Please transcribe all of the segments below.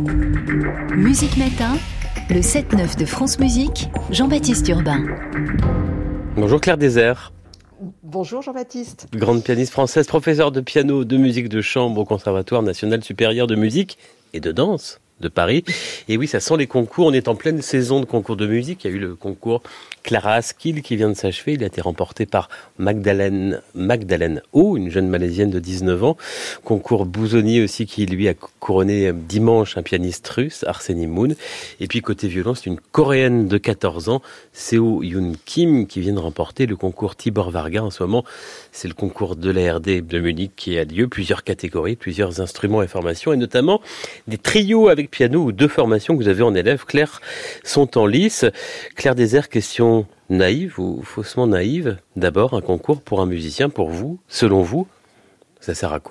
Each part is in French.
Musique Matin, le 7-9 de France Musique, Jean-Baptiste Urbain. Bonjour Claire Désert. Bonjour Jean-Baptiste. Grande pianiste française, professeure de piano, de musique de chambre au Conservatoire national supérieur de musique et de danse de Paris. Et oui, ça sent les concours. On est en pleine saison de concours de musique. Il y a eu le concours Clara Askill qui vient de s'achever. Il a été remporté par Magdalene Oh, une jeune Malaisienne de 19 ans. Concours Bouzonier aussi qui lui a couronné dimanche un pianiste russe, Arseny Moon. Et puis côté violon, c'est une Coréenne de 14 ans, Seo Yoon Kim, qui vient de remporter le concours Tibor Varga. En ce moment, c'est le concours de la RD de Munich qui a lieu. Plusieurs catégories, plusieurs instruments et formations, et notamment des trios avec piano ou deux formations que vous avez en élèves, Claire, sont en lice. Claire Désert, question naïve ou faussement naïve. D'abord, un concours pour un musicien, pour vous, selon vous, ça sert à quoi ?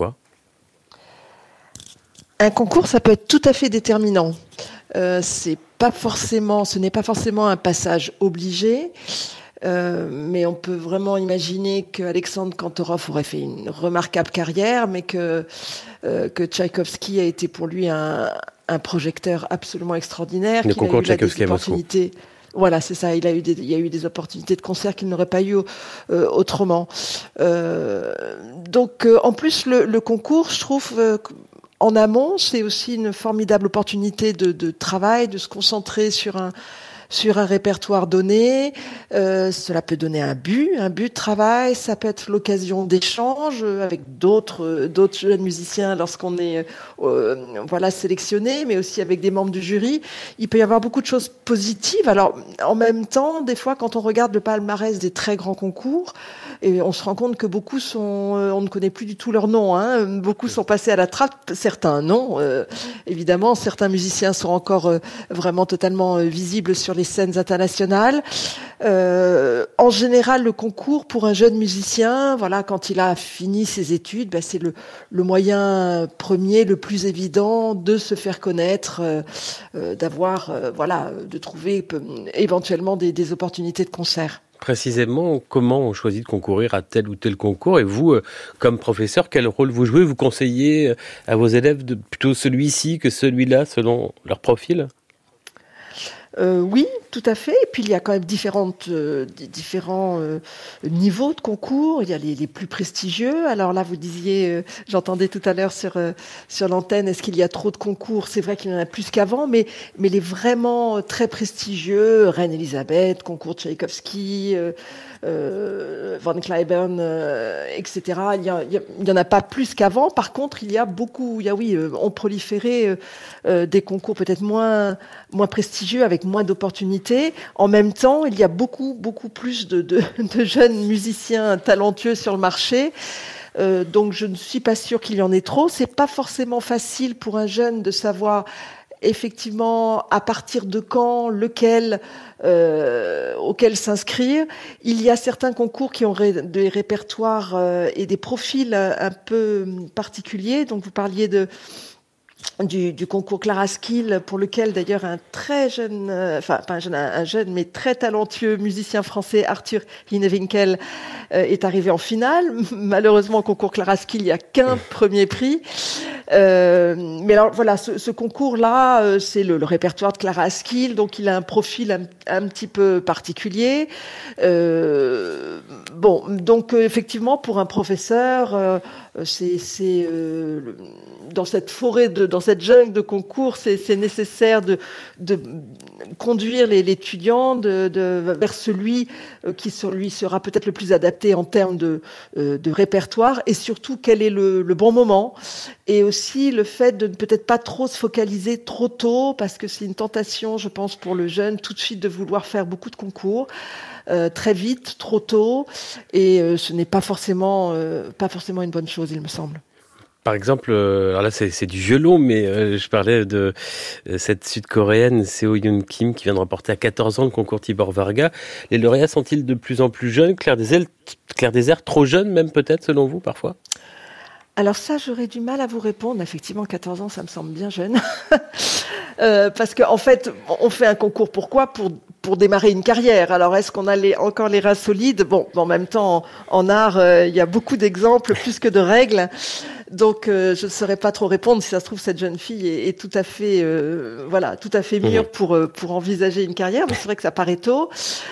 Un concours, ça peut être tout à fait déterminant. Ce n'est pas forcément un passage obligé, mais on peut vraiment imaginer qu'Alexandre Kantorov aurait fait une remarquable carrière, mais que Tchaïkovski a été pour lui un projecteur absolument extraordinaire. Le concours Tchaïkovski à Moscou. Voilà, c'est ça. Il y a eu des opportunités de concert qu'il n'aurait pas eu autrement. Donc, en plus, le concours, je trouve, en amont, c'est aussi une formidable opportunité de travail, de se concentrer sur un répertoire donné. Cela peut donner un but de travail. Ça peut être l'occasion d'échanges avec d'autres jeunes musiciens lorsqu'on est sélectionné, mais aussi avec des membres du jury. Il peut y avoir beaucoup de choses positives. Alors, en même temps, des fois, quand on regarde le palmarès des très grands concours, et on se rend compte que beaucoup on ne connaît plus du tout leur nom. Beaucoup sont passés à la trappe, certains non. Évidemment, certains musiciens sont encore vraiment totalement visibles sur les scènes internationales. En général, le concours pour un jeune musicien, quand il a fini ses études, c'est le moyen premier, le plus évident de se faire connaître, de trouver éventuellement des opportunités de concert. Précisément, comment on choisit de concourir à tel ou tel concours ? Et vous, comme professeur, quel rôle vous jouez ? Vous conseillez à vos élèves de plutôt celui-ci que celui-là, selon leur profil ? Oui, tout à fait. Et puis il y a quand même différents niveaux de concours. Il y a les plus prestigieux. Alors là, vous disiez, j'entendais tout à l'heure sur l'antenne, est-ce qu'il y a trop de concours ? C'est vrai qu'il y en a plus qu'avant, mais les vraiment très prestigieux, Reine Elisabeth, concours Tchaïkovski, Van Cliburn, etc. Il y en a pas plus qu'avant. Par contre, ont proliféré des concours peut-être moins prestigieux avec moins d'opportunités. En même temps, il y a beaucoup plus de jeunes musiciens talentueux sur le marché. Donc, je ne suis pas sûre qu'il y en ait trop. C'est pas forcément facile pour un jeune de savoir effectivement à partir de quand, auquel s'inscrire. Il y a certains concours qui ont des répertoires et des profils un peu particuliers. Donc, vous parliez du concours Clara Askill, pour lequel d'ailleurs un très jeune, un jeune mais très talentueux musicien français, Arthur Hinewinkel, est arrivé en finale. Malheureusement, au concours Clara Askill, il n'y a qu'un premier prix. Mais alors voilà, ce concours-là, c'est le répertoire de Clara Askill, donc il a un profil un petit peu particulier. Donc effectivement, pour un professeur, dans cette forêt, dans cette jungle de concours, c'est nécessaire de conduire l'étudiant vers celui qui lui sera peut-être le plus adapté en termes de répertoire, et surtout quel est le bon moment, et aussi le fait de ne peut-être pas trop se focaliser trop tôt, parce que c'est une tentation, je pense, pour le jeune tout de suite de vouloir faire beaucoup de concours très vite, trop tôt, et ce n'est pas forcément une bonne chose, il me semble. Par exemple, alors là c'est du violon, mais je parlais de cette sud-coréenne Seo Yoon Kim qui vient de remporter à 14 ans le concours Tibor Varga. Les lauréats sont-ils de plus en plus jeunes ? Claire Désert, trop jeune même peut-être selon vous parfois ? Alors ça, j'aurais du mal à vous répondre. Effectivement, 14 ans, ça me semble bien jeune. Parce qu'en fait, on fait un concours. Pourquoi ? pour démarrer une carrière. Alors, est-ce qu'on a encore les reins solides? Bon, en même temps, en art, il y a beaucoup d'exemples, plus que de règles. Donc, je ne saurais pas trop répondre. Si ça se trouve, cette jeune fille est tout à fait, tout à fait mûre pour envisager une carrière. Mais c'est vrai que ça paraît tôt.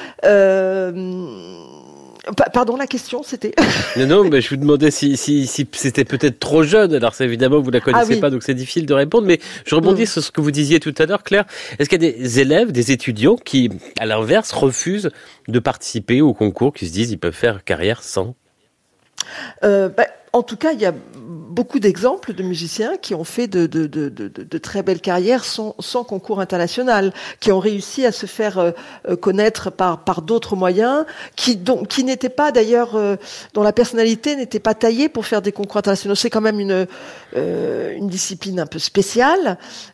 Pardon, la question, c'était... Non, mais je vous demandais si c'était peut-être trop jeune. Alors, c'est évidemment, vous la connaissez pas, donc c'est difficile de répondre. Mais je rebondis sur ce que vous disiez tout à l'heure, Claire. Est-ce qu'il y a des élèves, des étudiants qui, à l'inverse, refusent de participer au concours, qui se disent ils peuvent faire carrière sans? En tout cas, il y a beaucoup d'exemples de musiciens qui ont fait de très belles carrières sans concours international, qui ont réussi à se faire connaître par d'autres moyens, qui n'étaient pas d'ailleurs, dont la personnalité n'était pas taillée pour faire des concours internationaux. C'est quand même une discipline un peu spéciale,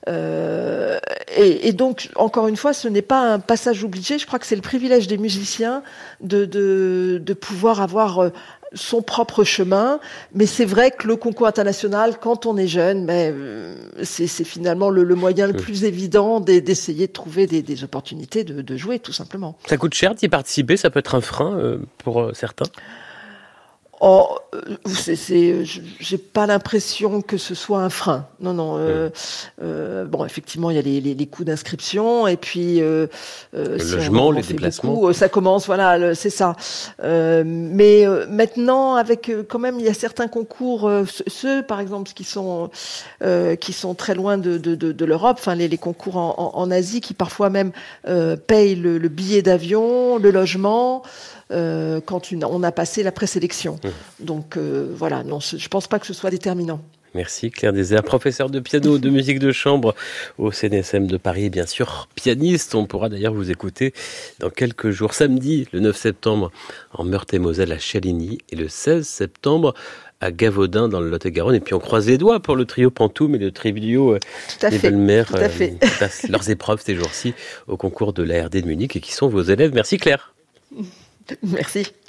et donc encore une fois, ce n'est pas un passage obligé. Je crois que c'est le privilège des musiciens de pouvoir avoir son propre chemin, mais c'est vrai que le concours international, quand on est jeune, c'est finalement le moyen le plus évident d'essayer de trouver des opportunités de jouer, tout simplement. Ça coûte cher d'y participer, ça peut être un frein pour certains? J'ai pas l'impression que ce soit un frein. Non. Effectivement, il y a les coûts d'inscription et puis le logement, les déplacements. Beaucoup, ça commence, c'est ça. Mais maintenant, avec quand même, il y a certains concours, ceux par exemple qui sont très loin de l'Europe, enfin les concours en Asie qui parfois même payent le billet d'avion, le logement. Quand on a passé la présélection. Donc non, je pense pas que ce soit déterminant. Merci Claire Désert, professeure de piano, de musique de chambre au CNSM de Paris, bien sûr pianiste. On pourra d'ailleurs vous écouter dans quelques jours, samedi le 9 septembre en Meurthe-et-Moselle à Chaligny et le 16 septembre à Gavaudin dans le Lot-et-Garonne. Et puis on croise les doigts pour le trio Pantoum et le trio des Belles-Mères qui passent leurs épreuves ces jours-ci au concours de l'ARD de Munich et qui sont vos élèves. Merci Claire. Merci.